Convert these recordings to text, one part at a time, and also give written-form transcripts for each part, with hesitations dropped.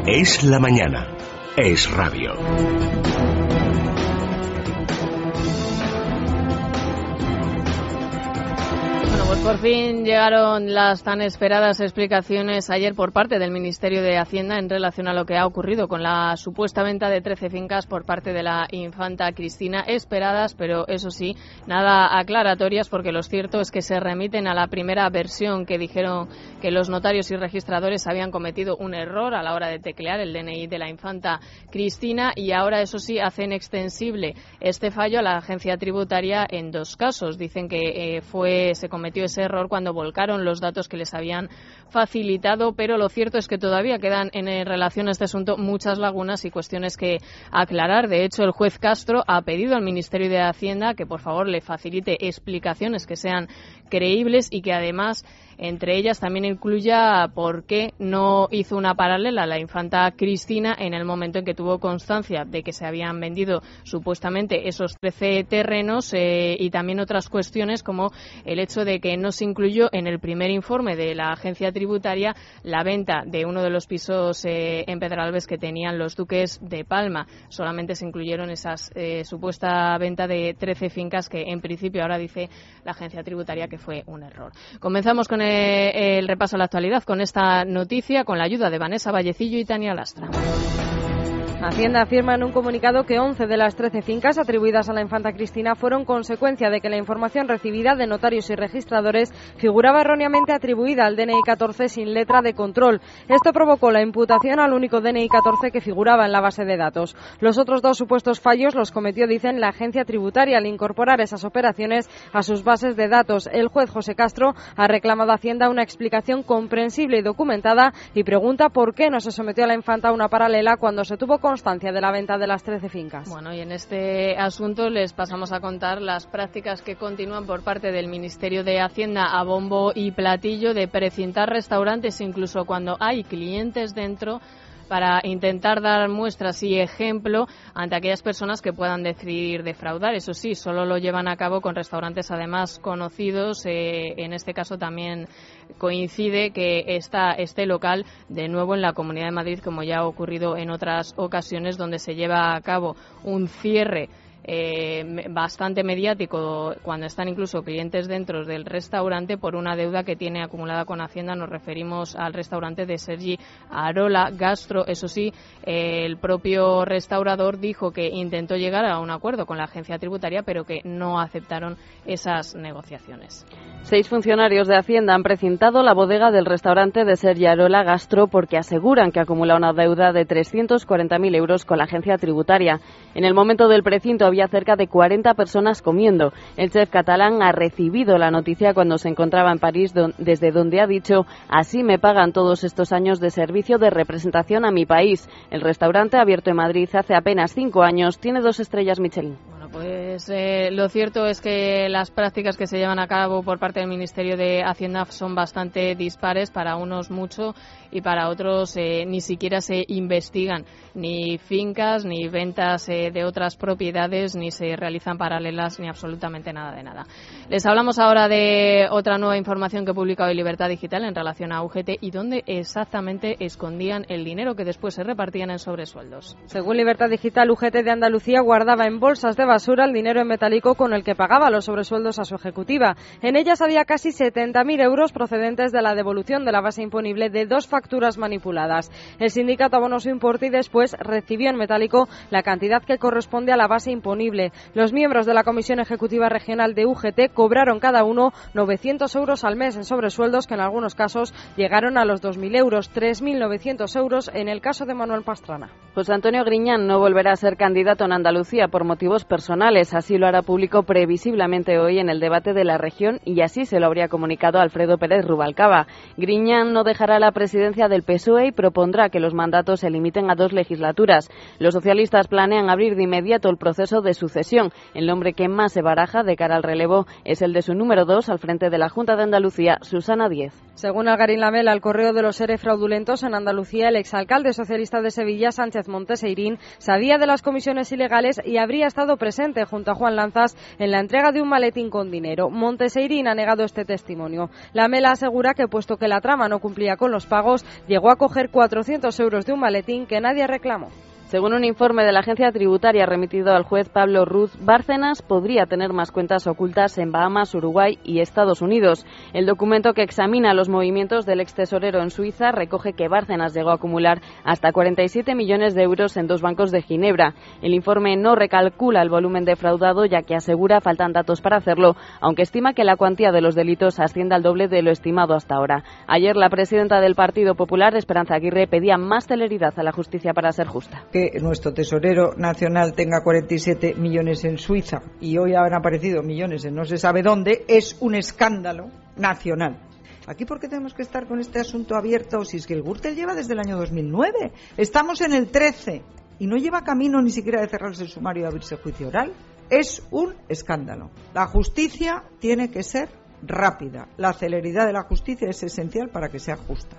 Es la mañana. Es radio. Por fin llegaron las tan esperadas explicaciones ayer por parte del Ministerio de Hacienda en relación a lo que ha ocurrido con la supuesta venta de 13 fincas por parte de la infanta Cristina. Esperadas, pero eso sí, nada aclaratorias, porque lo cierto es que se remiten a la primera versión, que dijeron que los notarios y registradores habían cometido un error a la hora de teclear el DNI de la infanta Cristina, y ahora, eso sí, hacen extensible este fallo a la agencia tributaria en dos casos. Dicen que se cometió ese error cuando volcaron los datos que les habían facilitado, pero lo cierto es que todavía quedan en relación a este asunto muchas lagunas y cuestiones que aclarar. De hecho, el juez Castro ha pedido al Ministerio de Hacienda que por favor le facilite explicaciones que sean creíbles y que además entre ellas también incluya por qué no hizo una paralela a la infanta Cristina en el momento en que tuvo constancia de que se habían vendido supuestamente esos 13 terrenos, y también otras cuestiones como el hecho de que no se incluyó en el primer informe de la agencia tributaria la venta de uno de los pisos en Pedralbes que tenían los duques de Palma. Solamente se incluyeron esas supuesta venta de 13 fincas que en principio ahora dice la agencia tributaria que fue un error. Comenzamos con el repaso a la actualidad con esta noticia, con la ayuda de Vanessa Vallecillo y Tania Lastra. Hacienda afirma en un comunicado que 11 de las 13 fincas atribuidas a la infanta Cristina fueron consecuencia de que la información recibida de notarios y registradores figuraba erróneamente atribuida al DNI 14 sin letra de control. Esto provocó la imputación al único DNI 14 que figuraba en la base de datos. Los otros dos supuestos fallos los cometió, dicen, la agencia tributaria al incorporar esas operaciones a sus bases de datos. El juez José Castro ha reclamado a Hacienda una explicación comprensible y documentada y pregunta por qué no se sometió a la infanta a una paralela cuando se tuvo constancia de la venta de las 13 fincas. Bueno, y en este asunto les pasamos a contar las prácticas que continúan por parte del Ministerio de Hacienda a bombo y platillo de precintar restaurantes incluso cuando hay clientes dentro, para intentar dar muestras y ejemplo ante aquellas personas que puedan decidir defraudar. Eso sí, solo lo llevan a cabo con restaurantes además conocidos. En este caso también coincide que está este local de nuevo en la Comunidad de Madrid, como ya ha ocurrido en otras ocasiones, donde se lleva a cabo un cierre bastante mediático cuando están incluso clientes dentro del restaurante por una deuda que tiene acumulada con Hacienda. Nos referimos al restaurante de Sergi Arola Gastro. Eso sí, el propio restaurador dijo que intentó llegar a un acuerdo con la agencia tributaria, pero que no aceptaron esas negociaciones. 6 funcionarios de Hacienda han precintado la bodega del restaurante de Sergi Arola Gastro porque aseguran que acumula una deuda de 340.000 euros con la agencia tributaria. En el momento del precinto había cerca de 40 personas comiendo. El chef catalán ha recibido la noticia cuando se encontraba en París, desde donde ha dicho: así me pagan todos estos años de servicio de representación a mi país. El restaurante, abierto en Madrid hace apenas 5 años, tiene 2 estrellas Michelin. Pues lo cierto es que las prácticas que se llevan a cabo por parte del Ministerio de Hacienda son bastante dispares. Para unos mucho y para otros ni siquiera se investigan ni fincas ni ventas de otras propiedades, ni se realizan paralelas, ni absolutamente nada de nada. Les hablamos ahora de otra nueva información que ha publicado Libertad Digital en relación a UGT y dónde exactamente escondían el dinero que después se repartían en sobresueldos. Según Libertad Digital, UGT de Andalucía guardaba en bolsas de basura el dinero en metálico con el que pagaba los sobresueldos a su ejecutiva. En ellas había casi 70.000 euros procedentes de la devolución de la base imponible de 2 facturas manipuladas. El sindicato abonó su importe y después recibió en metálico la cantidad que corresponde a la base imponible. Los miembros de la Comisión Ejecutiva Regional de UGT cobraron cada uno 900 euros al mes en sobresueldos que en algunos casos llegaron a los 2.000 euros, 3.900 euros en el caso de Manuel Pastrana. José Antonio Griñán no volverá a ser candidato en Andalucía por motivos personales. Así lo hará público previsiblemente hoy en el debate de la región y así se lo habría comunicado Alfredo Pérez Rubalcaba. Griñán no dejará la presidencia del PSOE y propondrá que los mandatos se limiten a 2 legislaturas. Los socialistas planean abrir de inmediato el proceso de sucesión. El nombre que más se baraja de cara al relevo es el de su número 2 al frente de la Junta de Andalucía, Susana Díez. Según Algarín Lamela, el correo de los ERE fraudulentos en Andalucía, el exalcalde socialista de Sevilla, Sánchez Monteseirín, sabía de las comisiones ilegales y habría estado presente junto a Juan Lanzas en la entrega de un maletín con dinero. Monteseirín ha negado este testimonio. Lamela asegura que, puesto que la trama no cumplía con los pagos, llegó a coger 400 euros de un maletín que nadie reclamó. Según un informe de la agencia tributaria remitido al juez Pablo Ruz, Bárcenas podría tener más cuentas ocultas en Bahamas, Uruguay y Estados Unidos. El documento que examina los movimientos del extesorero en Suiza recoge que Bárcenas llegó a acumular hasta 47 millones de euros en 2 bancos de Ginebra. El informe no recalcula el volumen defraudado, ya que asegura faltan datos para hacerlo, aunque estima que la cuantía de los delitos asciende al doble de lo estimado hasta ahora. Ayer la presidenta del Partido Popular, Esperanza Aguirre, pedía más celeridad a la justicia para ser justa. Que nuestro tesorero nacional tenga 47 millones en Suiza y hoy han aparecido millones en no se sabe dónde, es un escándalo nacional. ¿Aquí por qué tenemos que estar con este asunto abierto? Si es que el Gürtel lleva desde el año 2009, estamos en el 13 y no lleva camino ni siquiera de cerrarse el sumario y abrirse juicio oral. Es un escándalo. La justicia tiene que ser rápida. La celeridad de la justicia es esencial para que sea justa.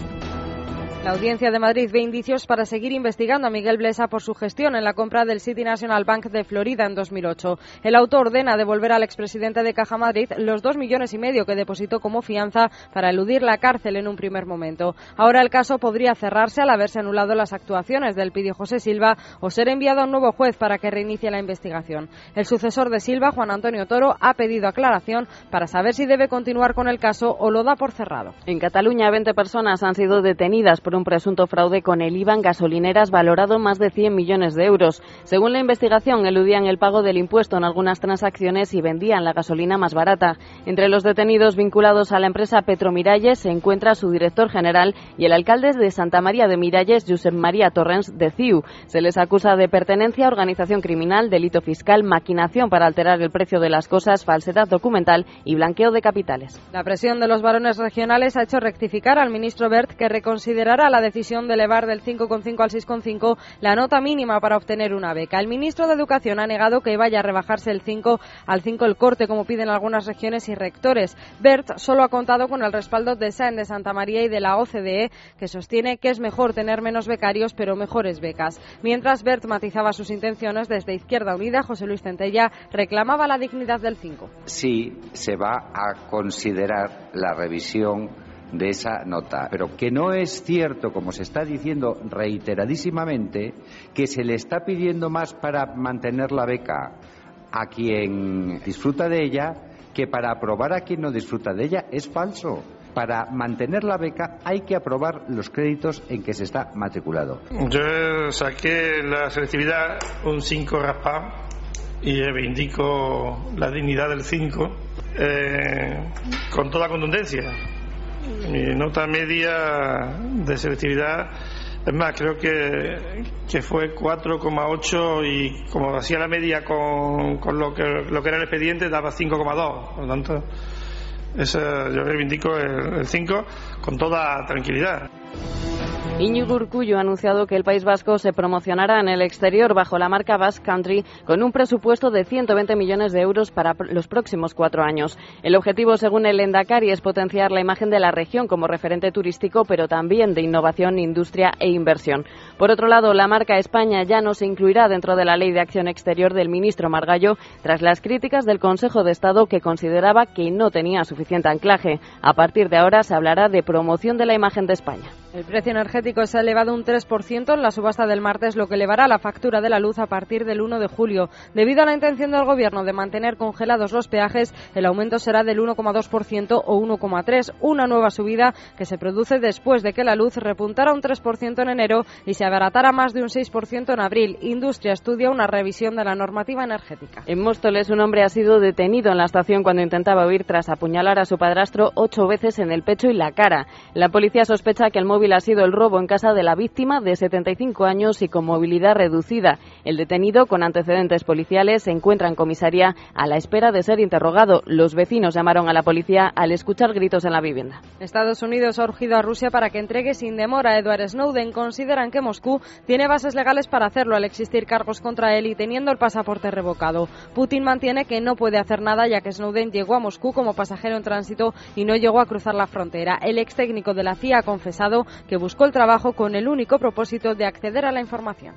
La Audiencia de Madrid ve indicios para seguir investigando a Miguel Blesa por su gestión en la compra del City National Bank de Florida en 2008. El auto ordena devolver al expresidente de Caja Madrid los 2,5 millones que depositó como fianza para eludir la cárcel en un primer momento. Ahora el caso podría cerrarse al haberse anulado las actuaciones del Pidio José Silva o ser enviado a un nuevo juez para que reinicie la investigación. El sucesor de Silva, Juan Antonio Toro, ha pedido aclaración para saber si debe continuar con el caso o lo da por cerrado. En Cataluña, 20 personas han sido detenidas por un presunto fraude con el IVA en gasolineras valorado más de 100 millones de euros. Según la investigación, eludían el pago del impuesto en algunas transacciones y vendían la gasolina más barata. Entre los detenidos vinculados a la empresa Petromiralles se encuentra su director general y el alcalde de Santa María de Miralles, Josep María Torrens de CIU. Se les acusa de pertenencia a organización criminal, delito fiscal, maquinación para alterar el precio de las cosas, falsedad documental y blanqueo de capitales. La presión de los varones regionales ha hecho rectificar al ministro Wert, que reconsiderará la decisión de elevar del 5,5 al 6,5 la nota mínima para obtener una beca. El ministro de Educación ha negado que vaya a rebajarse el 5 al 5 el corte, como piden algunas regiones y rectores. Wert solo ha contado con el respaldo de SAEN de Santa María y de la OCDE, que sostiene que es mejor tener menos becarios pero mejores becas. Mientras Wert matizaba sus intenciones, desde Izquierda Unida, José Luis Centella reclamaba la dignidad del 5. Sí, se va a considerar la revisión de esa nota, pero que no es cierto, como se está diciendo reiteradísimamente, que se le está pidiendo más para mantener la beca a quien disfruta de ella que para aprobar a quien no disfruta de ella. Es falso. Para mantener la beca hay que aprobar los créditos en que se está matriculado. Yo saqué la selectividad un 5 raspado y reivindico la dignidad del 5 con toda contundencia. Mi nota media de selectividad, es más, creo que fue 4,8 y como hacía la media con lo que era el expediente daba 5,2. Por lo tanto, yo reivindico el 5 con toda tranquilidad. Íñigo Urkullu ha anunciado que el País Vasco se promocionará en el exterior bajo la marca Basque Country con un presupuesto de 120 millones de euros para los próximos 4 años. El objetivo, según el Lehendakari, es potenciar la imagen de la región como referente turístico, pero también de innovación, industria e inversión. Por otro lado, la marca España ya no se incluirá dentro de la Ley de Acción Exterior del ministro Margallo tras las críticas del Consejo de Estado, que consideraba que no tenía suficiente anclaje. A partir de ahora se hablará de promoción de la imagen de España. El precio energético se ha elevado un 3% en la subasta del martes, lo que elevará la factura de la luz a partir del 1 de julio. Debido a la intención del Gobierno de mantener congelados los peajes, el aumento será del 1,2% o 1,3%, una nueva subida que se produce después de que la luz repuntara un 3% en enero y se abaratara más de un 6% en abril. Industria estudia una revisión de la normativa energética. En Móstoles, un hombre ha sido detenido en la estación cuando intentaba huir tras apuñalar a su padrastro 8 veces en el pecho y la cara. La policía sospecha que el móvil móvil ha sido el robo en casa de la víctima, de 75 años y con movilidad reducida. El detenido, con antecedentes policiales, se encuentra en comisaría a la espera de ser interrogado. Los vecinos llamaron a la policía al escuchar gritos en la vivienda. Estados Unidos ha urgido a Rusia para que entregue sin demora a Edward Snowden. Consideran que Moscú tiene bases legales para hacerlo al existir cargos contra él y teniendo el pasaporte revocado. Putin mantiene que no puede hacer nada ya que Snowden llegó a Moscú como pasajero en tránsito y no llegó a cruzar la frontera. El ex técnico de la CIA ha confesado que buscó el trabajo con el único propósito de acceder a la información.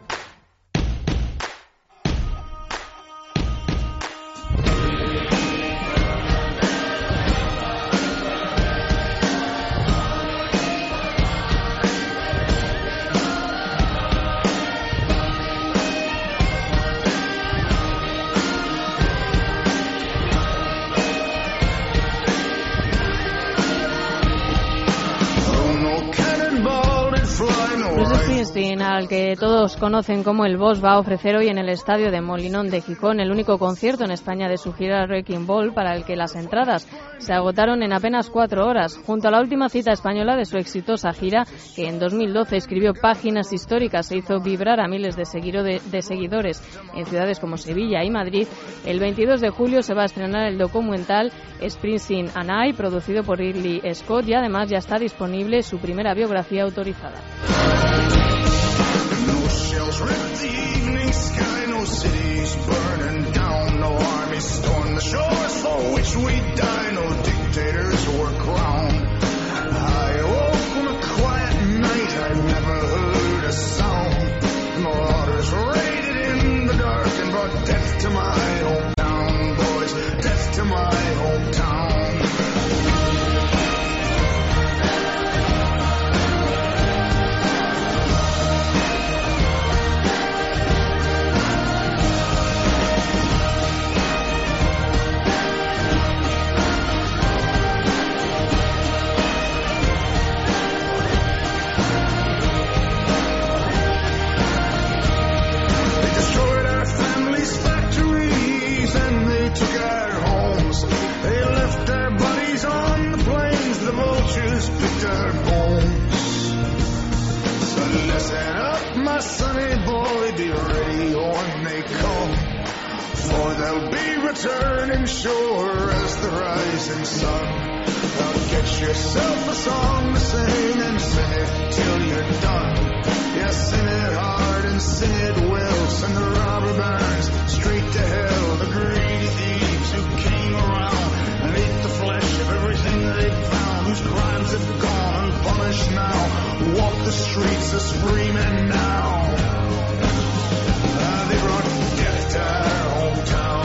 Al que todos conocen como el Boss, va a ofrecer hoy en el estadio de Molinón de Gijón el único concierto en España de su gira Wrecking Ball, para el que las entradas se agotaron en apenas 4 horas. Junto a la última cita española de su exitosa gira, que en 2012 escribió páginas históricas e hizo vibrar a miles de seguidores en ciudades como Sevilla y Madrid, el 22 de julio se va a estrenar el documental Springsteen and I, producido por Ridley Scott, y además ya está disponible su primera biografía autorizada. Shells rip the evening sky, no cities burning down, no armies storm the shores for which we die, no dictators were crowned. I awoke on a quiet night, I never heard a sound. The marauders raided in the dark and brought death to my hometown, boys, death to my hometown. Sonny boy, be ready when they come, for they'll be returning sure as the rising sun. Now get yourself a song to sing and sing it till you're done. Yeah, sing it hard and sing it well. Send the robber barons straight to hell. The greedy thieves who came around and ate the flesh of everything they found, whose crimes have gone unpunished now, walk the streets a screaming now. They brought death to our hometown.